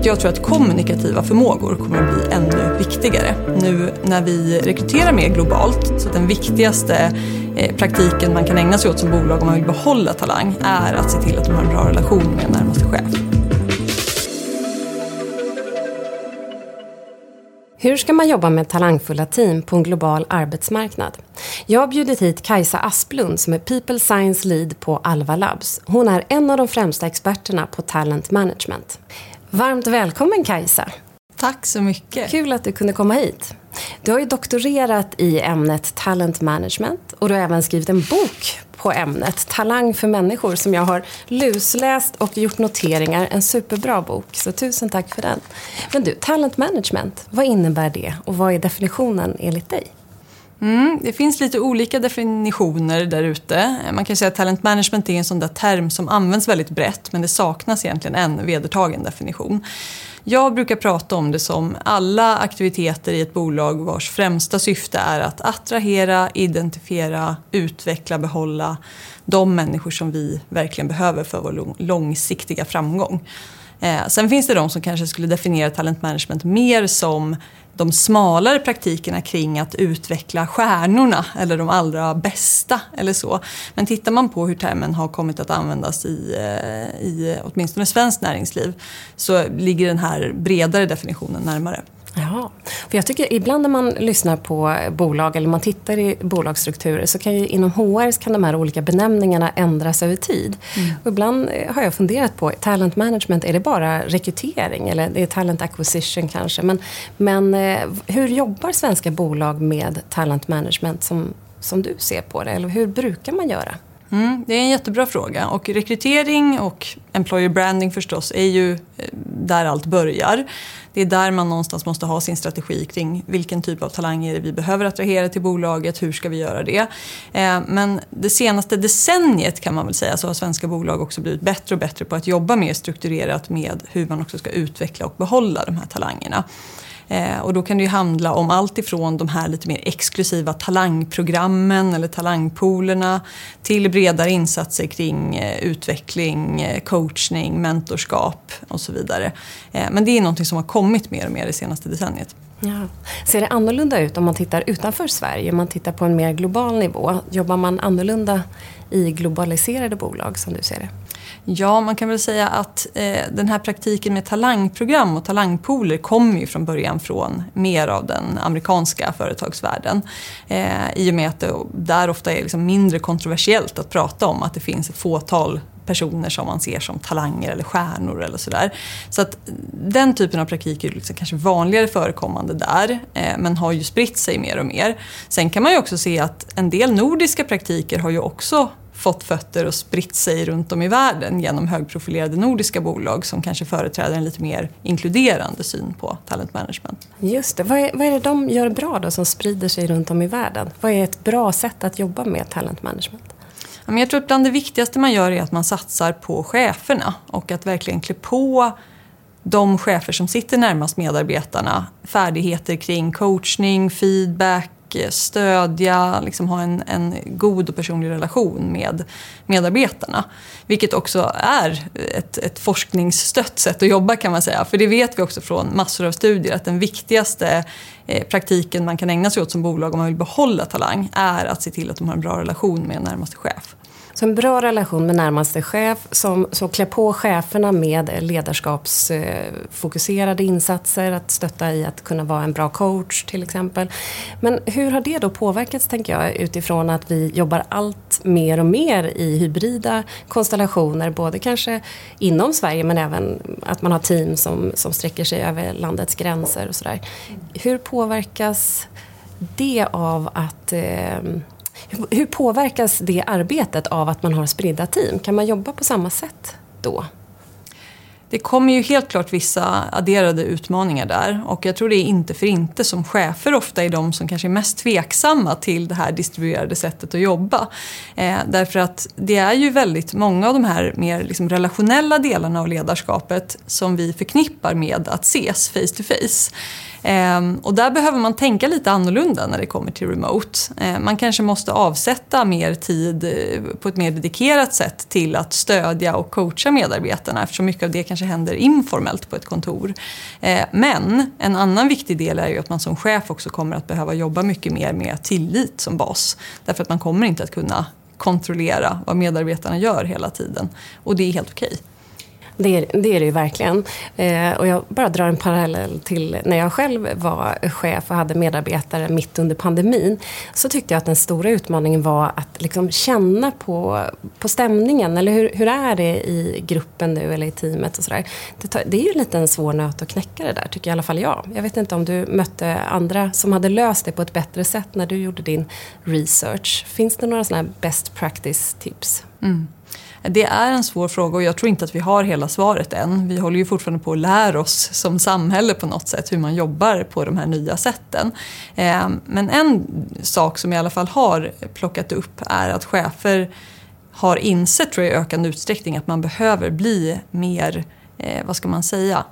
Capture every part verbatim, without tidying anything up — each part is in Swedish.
Jag tror att kommunikativa förmågor kommer att bli ännu viktigare nu när vi rekryterar mer globalt. Så den viktigaste eh, praktiken man kan ägna sig åt som bolag om man vill behålla talang är att se till att de har en bra relation med närmaste chef. Hur ska man jobba med talangfulla team på en global arbetsmarknad? Jag har bjudit hit Kajsa Asplund som är People Science Lead på Alva Labs. Hon är en av de främsta experterna på talent management. Varmt välkommen Kajsa. Tack så mycket. Kul att du kunde komma hit. Du har ju doktorerat i ämnet talent management och du har även skrivit en bok på ämnet Talang för människor som jag har lusläst och gjort noteringar. En superbra bok, så tusen tack för den. Men du, talent management, vad innebär det och vad är definitionen enligt dig? Mm, det finns lite olika definitioner där ute. Man kan säga att talent management är en sån där term som används väldigt brett, men det saknas egentligen en vedertagen definition. Jag brukar prata om det som alla aktiviteter i ett bolag vars främsta syfte är att attrahera, identifiera, utveckla, behålla de människor som vi verkligen behöver för vår långsiktiga framgång. Eh, sen finns det de som kanske skulle definiera talent management mer som de smalare praktikerna kring att utveckla stjärnorna eller de allra bästa eller så. Men tittar man på hur termen har kommit att användas i, i åtminstone svenskt näringsliv så ligger den här bredare definitionen närmare. Ja, för jag tycker ibland när man lyssnar på bolag eller man tittar i bolagsstrukturer så kan ju inom H R kan de här olika benämningarna ändras över tid. Mm. Och ibland har jag funderat på talent management, är det bara rekrytering eller det är talent acquisition kanske? Men, men hur jobbar svenska bolag med talent management som, som du ser på det? Eller hur brukar man göra? Mm, det är en jättebra fråga och rekrytering och employer branding förstås är ju där allt börjar. Det är där man någonstans måste ha sin strategi kring vilken typ av talanger vi behöver attrahera till bolaget, hur ska vi göra det. Men det senaste decenniet kan man väl säga så har svenska bolag också blivit bättre och bättre på att jobba mer strukturerat med hur man också ska utveckla och behålla de här talangerna. Eh, och då kan det ju handla om allt ifrån de här lite mer exklusiva talangprogrammen eller talangpoolerna till bredare insatser kring eh, utveckling, eh, coachning, mentorskap och så vidare. Eh, men det är någonting som har kommit mer och mer det senaste decenniet. Ja. Ser det annorlunda ut om man tittar utanför Sverige? Om man tittar på en mer global nivå, jobbar man annorlunda i globaliserade bolag som du ser det? Ja, man kan väl säga att eh, den här praktiken med talangprogram och talangpooler kommer ju från början från mer av den amerikanska företagsvärlden. Eh, I och med att det där ofta är liksom mindre kontroversiellt att prata om att det finns ett fåtal personer som man ser som talanger eller stjärnor eller sådär. Så att den typen av praktik är liksom kanske vanligare förekommande där, eh, men har ju spritt sig mer och mer. Sen kan man ju också se att en del nordiska praktiker har ju också fått fötter och spritt sig runt om i världen genom högprofilerade nordiska bolag som kanske företräder en lite mer inkluderande syn på talent management. Just det. Vad är, vad är det de gör bra då som sprider sig runt om i världen? Vad är ett bra sätt att jobba med talent management? Jag tror att bland det viktigaste man gör är att man satsar på cheferna och att verkligen klä på de chefer som sitter närmast medarbetarna färdigheter kring coachning, feedback, stödja, liksom ha en, en god och personlig relation med medarbetarna. Vilket också är ett, ett forskningsstött sätt att jobba kan man säga. För det vet vi också från massor av studier att den viktigaste eh, praktiken man kan ägna sig åt som bolag om man vill behålla talang är att se till att de har en bra relation med en närmaste chef. Så en bra relation med närmaste chef som så klär på cheferna med ledarskapsfokuserade insatser, att stötta i att kunna vara en bra coach till exempel. Men hur har det då påverkats tänker jag utifrån att vi jobbar allt mer och mer i hybrida konstellationer, både kanske inom Sverige men även att man har team som, som sträcker sig över landets gränser och sådär. Hur påverkas det av att... Eh, Hur påverkas det arbetet av att man har spridda team? Kan man jobba på samma sätt då? Det kommer ju helt klart vissa adderade utmaningar där och jag tror det är inte för inte som chefer ofta är de som kanske är mest tveksamma till det här distribuerade sättet att jobba. Eh, därför att det är ju väldigt många av de här mer liksom relationella delarna av ledarskapet som vi förknippar med att ses face to face. Ehm, och där behöver man tänka lite annorlunda när det kommer till remote. Ehm, man kanske måste avsätta mer tid på ett mer dedikerat sätt till att stödja och coacha medarbetarna, eftersom mycket av det kanske händer informellt på ett kontor. Ehm, men en annan viktig del är ju att man som chef också kommer att behöva jobba mycket mer med tillit som bas. Därför att man kommer inte att kunna kontrollera vad medarbetarna gör hela tiden. Och det är helt okej. Det är, det är det ju verkligen. Eh, och jag bara drar en parallell till när jag själv var chef och hade medarbetare mitt under pandemin. Så tyckte jag att den stora utmaningen var att liksom känna på, på stämningen. Eller hur, hur är det i gruppen nu eller i teamet och sådär. Det, tar, det är ju lite en svår nöt att knäcka det där, tycker i alla fall jag. Jag vet inte om du mötte andra som hade löst det på ett bättre sätt när du gjorde din research. Finns det några sådana här best practice tips? Mm. Det är en svår fråga och jag tror inte att vi har hela svaret än. Vi håller ju fortfarande på att lära oss som samhälle på något sätt hur man jobbar på de här nya sätten. Men en sak som i alla fall har plockat upp är att chefer har insett, tror jag, i ökande utsträckning att man behöver bli mer, vad ska man säga,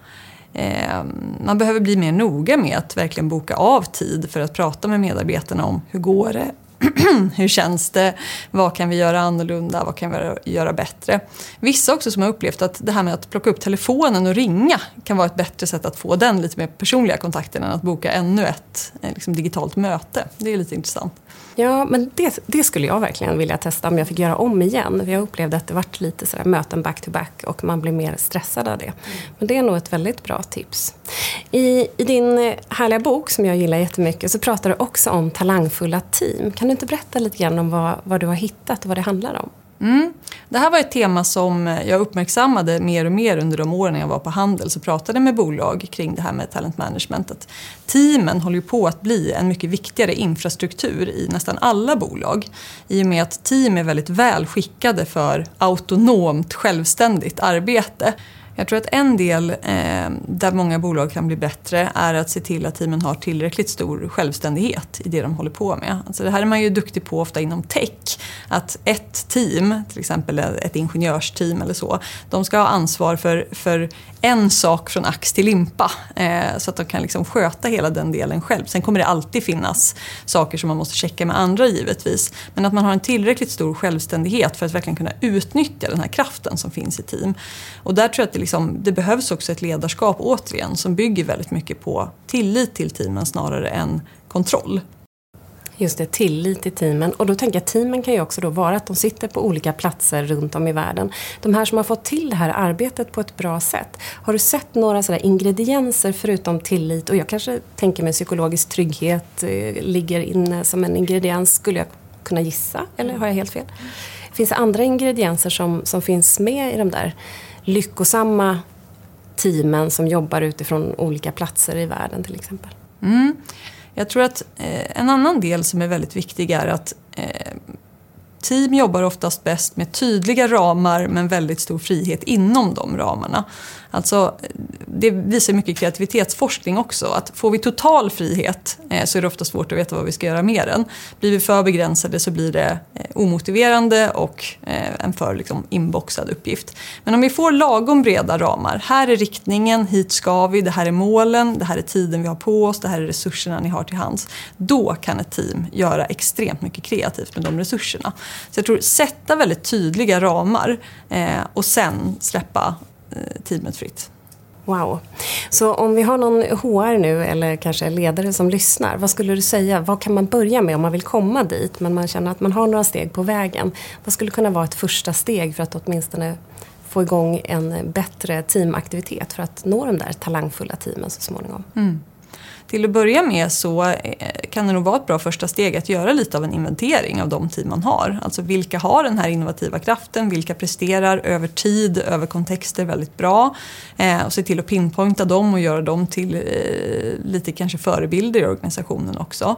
man behöver bli mer noga med att verkligen boka av tid för att prata med medarbetarna om hur går det. Hur känns det? Vad kan vi göra annorlunda? Vad kan vi göra bättre? Vissa också som har upplevt att det här med att plocka upp telefonen och ringa kan vara ett bättre sätt att få den lite mer personliga kontakten än att boka ännu ett liksom, digitalt möte. Det är lite intressant. Ja, men det, det skulle jag verkligen vilja testa om jag fick göra om igen. Jag upplevde att det varit lite sådär möten back-to-back och man blir mer stressad av det. Men det är nog ett väldigt bra tips. I, i din härliga bok som jag gillar jättemycket så pratar du också om talangfulla team. Kan du inte berätta lite grann om vad, vad du har hittat och vad det handlar om? Mm. Det här var ett tema som jag uppmärksammade mer och mer under de åren jag var på Handels och pratade med bolag kring det här med talent management. Att teamen håller ju på att bli en mycket viktigare infrastruktur i nästan alla bolag. I och med att team är väldigt väl skickade för autonomt, självständigt arbete. Jag tror att en del eh, där många bolag kan bli bättre är att se till att teamen har tillräckligt stor självständighet i det de håller på med. Alltså det här är man ju duktig på ofta inom tech. Att ett team, till exempel ett ingenjörsteam eller så, de ska ha ansvar för, för en sak från ax till limpa. Eh, så att de kan liksom sköta hela den delen själv. Sen kommer det alltid finnas saker som man måste checka med andra givetvis. Men att man har en tillräckligt stor självständighet för att verkligen kunna utnyttja den här kraften som finns i team. Och där tror jag att det, liksom, det behövs också ett ledarskap återigen som bygger väldigt mycket på tillit till teamen snarare än kontroll. Just det, tillit i teamen. Och då tänker jag att teamen kan ju också då vara att de sitter på olika platser runt om i världen. De här som har fått till det här arbetet på ett bra sätt. Har du sett några sådana ingredienser förutom tillit? Och jag kanske tänker mig psykologisk trygghet eh, ligger inne som en ingrediens. Skulle jag kunna gissa? Eller har jag helt fel? Finns det andra ingredienser som, som finns med i de där lyckosamma teamen som jobbar utifrån olika platser i världen till exempel? Mm. Jag tror att eh, en annan del som är väldigt viktig är att eh, team jobbar oftast bäst med tydliga ramar men väldigt stor frihet inom de ramarna. Alltså, det visar mycket kreativitetsforskning också. Att får vi total frihet eh, så är det ofta svårt att veta vad vi ska göra med den. Blir vi för begränsade så blir det eh, omotiverande och eh, en för liksom, inboxad uppgift. Men om vi får lagom breda ramar, här är riktningen, hit ska vi, det här är målen, det här är tiden vi har på oss, det här är resurserna ni har till hands. Då kan ett team göra extremt mycket kreativt med de resurserna. Så jag tror sätta väldigt tydliga ramar eh, och sen släppa teamet fritt. Wow. Så om vi har någon H R nu eller kanske ledare som lyssnar, vad skulle du säga? Vad kan man börja med om man vill komma dit men man känner att man har några steg på vägen? Vad skulle kunna vara ett första steg för att åtminstone få igång en bättre teamaktivitet för att nå de där talangfulla teamen så småningom? Mm. Till att börja med så kan det nog vara ett bra första steg att göra lite av en inventering av de team man har. Alltså vilka har den här innovativa kraften, vilka presterar över tid, över kontexter väldigt bra. Eh, och se till att pinpointa dem och göra dem till eh, lite kanske förebilder i organisationen också.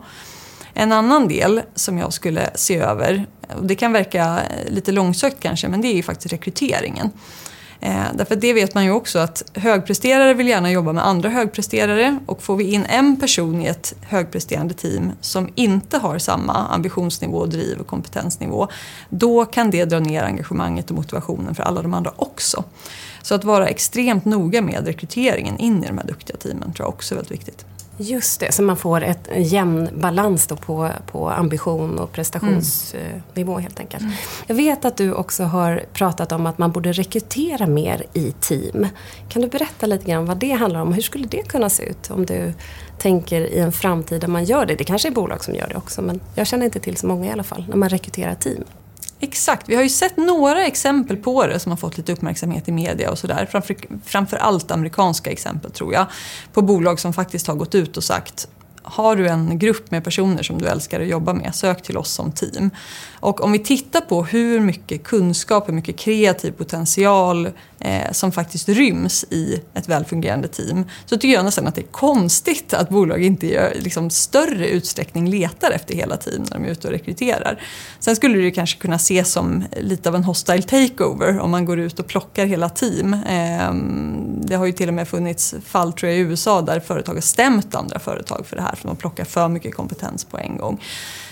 En annan del som jag skulle se över, och det kan verka lite långsökt kanske, men det är ju faktiskt rekryteringen. Eh, därför det vet man ju också att högpresterare vill gärna jobba med andra högpresterare och får vi in en person i ett högpresterande team som inte har samma ambitionsnivå, driv och kompetensnivå, då kan det dra ner engagemanget och motivationen för alla de andra också. Så att vara extremt noga med rekryteringen in i de här duktiga teamen tror jag också är väldigt viktigt. Just det, så man får ett, en jämn balans då på, på ambition och prestationsnivå mm. helt enkelt. Mm. Jag vet att du också har pratat om att man borde rekrytera mer i team. Kan du berätta lite grann vad det handlar om? Hur skulle det kunna se ut om du tänker i en framtid där man gör det? Det kanske är bolag som gör det också, men jag känner inte till så många i alla fall när man rekryterar team. Exakt, vi har ju sett några exempel på det som har fått lite uppmärksamhet i media och sådär. Framför, framför allt amerikanska exempel tror jag. På bolag som faktiskt har gått ut och sagt: har du en grupp med personer som du älskar att jobba med, sök till oss som team. Och om vi tittar på hur mycket kunskap, hur mycket kreativ potential eh, som faktiskt ryms i ett välfungerande team, så tycker jag nästan att det är konstigt att bolag inte i liksom, större utsträckning letar efter hela team när de är ute och rekryterar. Sen skulle det kanske kunna ses som lite av en hostile takeover om man går ut och plockar hela team. Eh, det har ju till och med funnits fall tror jag, i U S A där företag har stämt andra företag för det här, för de plockar för mycket kompetens på en gång.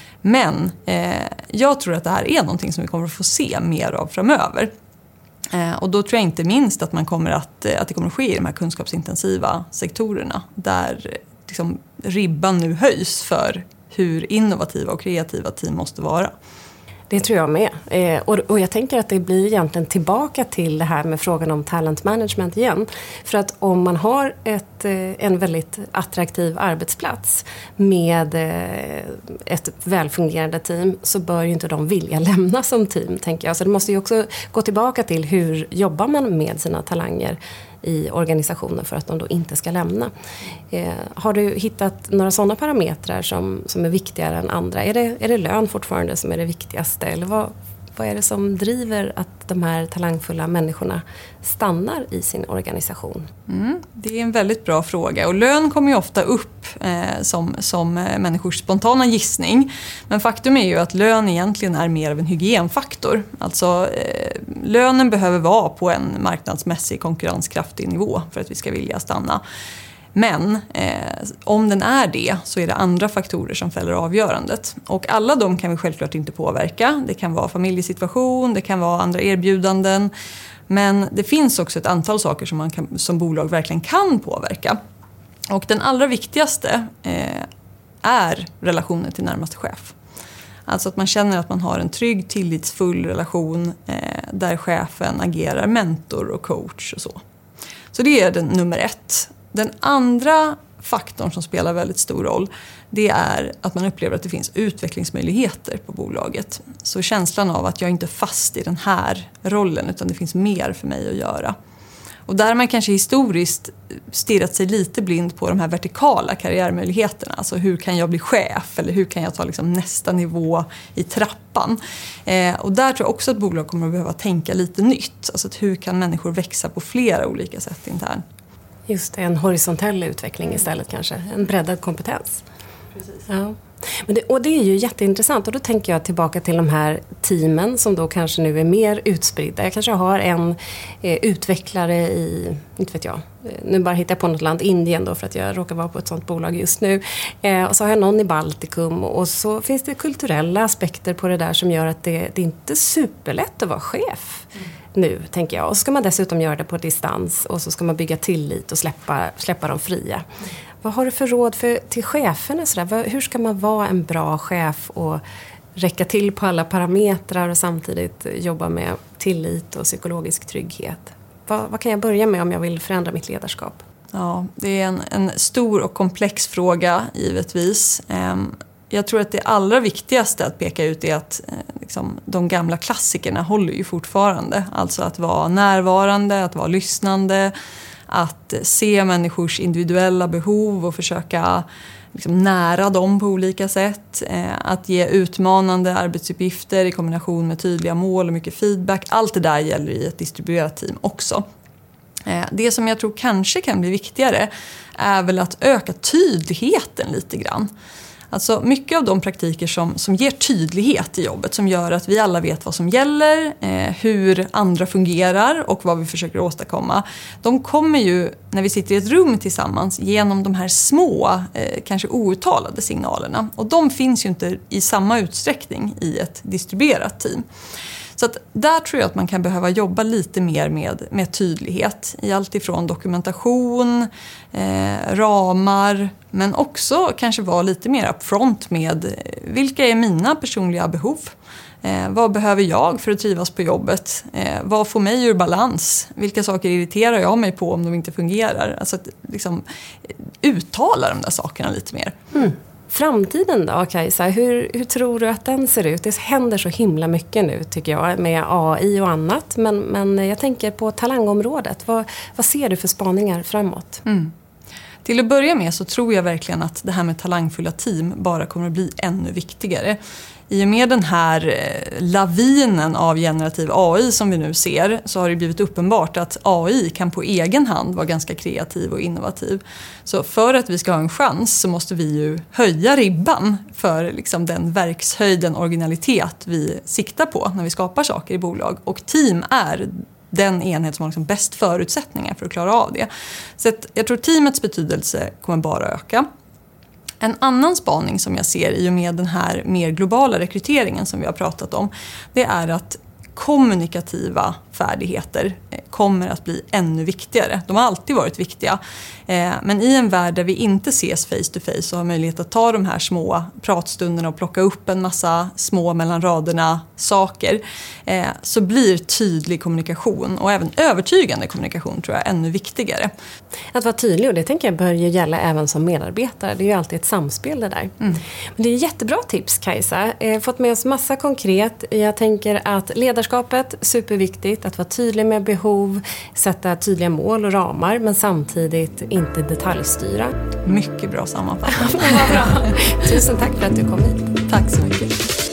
Men eh, jag tror att det här är någonting som vi kommer att få se mer av framöver. Eh, och då tror jag inte minst att, man kommer att, att det kommer att ske i de här kunskapsintensiva sektorerna där liksom, ribban nu höjs för hur innovativa och kreativa team måste vara. Det tror jag med. Eh, och, och jag tänker att det blir egentligen tillbaka till det här med frågan om talent management igen. För att om man har ett, eh, en väldigt attraktiv arbetsplats med eh, ett välfungerande team, så bör ju inte de vilja lämna som team, tänker jag. Så det måste ju också gå tillbaka till hur jobbar man med sina talanger i organisationen för att de då inte ska lämna. Eh, har du hittat några sådana parametrar som, som är viktigare än andra? Är det, är det lön fortfarande som är det viktigaste? Eller vad, vad är det som driver att de här talangfulla människorna stannar i sin organisation? Mm, det är en väldigt bra fråga. Och lön kommer ju ofta upp eh, som, som människors spontana gissning. Men faktum är ju att lön egentligen är mer av en hygienfaktor. Alltså eh, lönen behöver vara på en marknadsmässig konkurrenskraftig nivå för att vi ska vilja stanna. Men eh, om den är det, så är det andra faktorer som fäller avgörandet. Och alla de kan vi självklart inte påverka. Det kan vara familjesituation, det kan vara andra erbjudanden. Men det finns också ett antal saker som man kan, som bolag verkligen kan påverka. Och den allra viktigaste eh, är relationen till närmaste chef. Alltså att man känner att man har en trygg, tillitsfull relation eh, där chefen agerar mentor och coach och så. Så det är den nummer ett. Den andra faktorn som spelar väldigt stor roll, det är att man upplever att det finns utvecklingsmöjligheter på bolaget. Så känslan av att jag inte är fast i den här rollen, utan det finns mer för mig att göra. Och där har man kanske historiskt stirrat sig lite blind på de här vertikala karriärmöjligheterna. Alltså hur kan jag bli chef, eller hur kan jag ta liksom nästa nivå i trappan. Eh, och där tror jag också att bolag kommer att behöva tänka lite nytt. Alltså att hur kan människor växa på flera olika sätt internt. Just det, en horisontell utveckling istället kanske. En breddad kompetens. Precis. Ja. Men det, och det är ju jätteintressant, och då tänker jag tillbaka till de här teamen som då kanske nu är mer utspridda. Jag kanske har en eh, utvecklare i, inte vet jag, nu bara hittar jag på något land, Indien då, för att jag råkar vara på ett sånt bolag just nu. Eh, och så har jag någon i Baltikum, och så finns det kulturella aspekter på det där som gör att det, det är inte superlätt att vara chef. Mm. Nu, tänker jag. Och så ska man dessutom göra det på distans, och så ska man bygga tillit och släppa, släppa dem fria. Mm. Vad har du för råd för, till cheferna? Sådär? Hur ska man vara en bra chef och räcka till på alla parametrar och samtidigt jobba med tillit och psykologisk trygghet? Vad, vad kan jag börja med om jag vill förändra mitt ledarskap? Ja, det är en, en stor och komplex fråga givetvis. Um, Jag tror att det allra viktigaste att peka ut är att eh, liksom, de gamla klassikerna håller ju fortfarande. Alltså att vara närvarande, att vara lyssnande, att se människors individuella behov och försöka liksom, nära dem på olika sätt. Eh, att ge utmanande arbetsuppgifter i kombination med tydliga mål och mycket feedback. Allt det där gäller i ett distribuerat team också. Eh, det som jag tror kanske kan bli viktigare är väl att öka tydligheten lite grann. Alltså mycket av de praktiker som, som ger tydlighet i jobbet, som gör att vi alla vet vad som gäller, eh, hur andra fungerar och vad vi försöker åstadkomma. De kommer ju, när vi sitter i ett rum tillsammans, genom de här små, eh, kanske outtalade signalerna. Och de finns ju inte i samma utsträckning i ett distribuerat team. Så att där tror jag att man kan behöva jobba lite mer med, med tydlighet i allt ifrån dokumentation, eh, ramar, men också kanske vara lite mer upfront med vilka är mina personliga behov. Eh, vad behöver jag för att trivas på jobbet? Eh, vad får mig ur balans? Vilka saker irriterar jag mig på om de inte fungerar? Alltså att liksom uttala de där sakerna lite mer. Mm. Framtiden då, Kajsa, hur, hur tror du att den ser ut? Det händer så himla mycket nu tycker jag med A I och annat. Men, men jag tänker på talangområdet. Vad, vad ser du för spaningar framåt? Mm. Till att börja med så tror jag verkligen att det här med talangfulla team bara kommer att bli ännu viktigare. I och med den här lavinen av generativ A I som vi nu ser så har det blivit uppenbart att A I kan på egen hand vara ganska kreativ och innovativ. Så för att vi ska ha en chans så måste vi ju höja ribban för liksom den verkshöjd, den originalitet vi siktar på när vi skapar saker i bolag. Och team är den enhet som har liksom bäst förutsättningar för att klara av det. Så att jag tror teamets betydelse kommer bara öka. En annan spaning som jag ser i och med den här mer globala rekryteringen som vi har pratat om, det är att kommunikativa färdigheter kommer att bli ännu viktigare. De har alltid varit viktiga. Men i en värld där vi inte ses face to face och har möjlighet att ta de här små pratstunderna och plocka upp en massa små mellan raderna saker, så blir tydlig kommunikation och även övertygande kommunikation tror jag ännu viktigare. Att vara tydlig, och det tänker jag bör ju gälla även som medarbetare. Det är ju alltid ett samspel det där. Mm. Men det är jättebra tips, Kajsa. Eh, fått med oss massa konkret. Jag tänker att ledarskapet, superviktigt. Att vara tydlig med behov, sätta tydliga mål och ramar, men samtidigt inte detaljstyra. Mycket bra sammanfattning. Vad bra. Tusen tack för att du kom hit. Tack så mycket.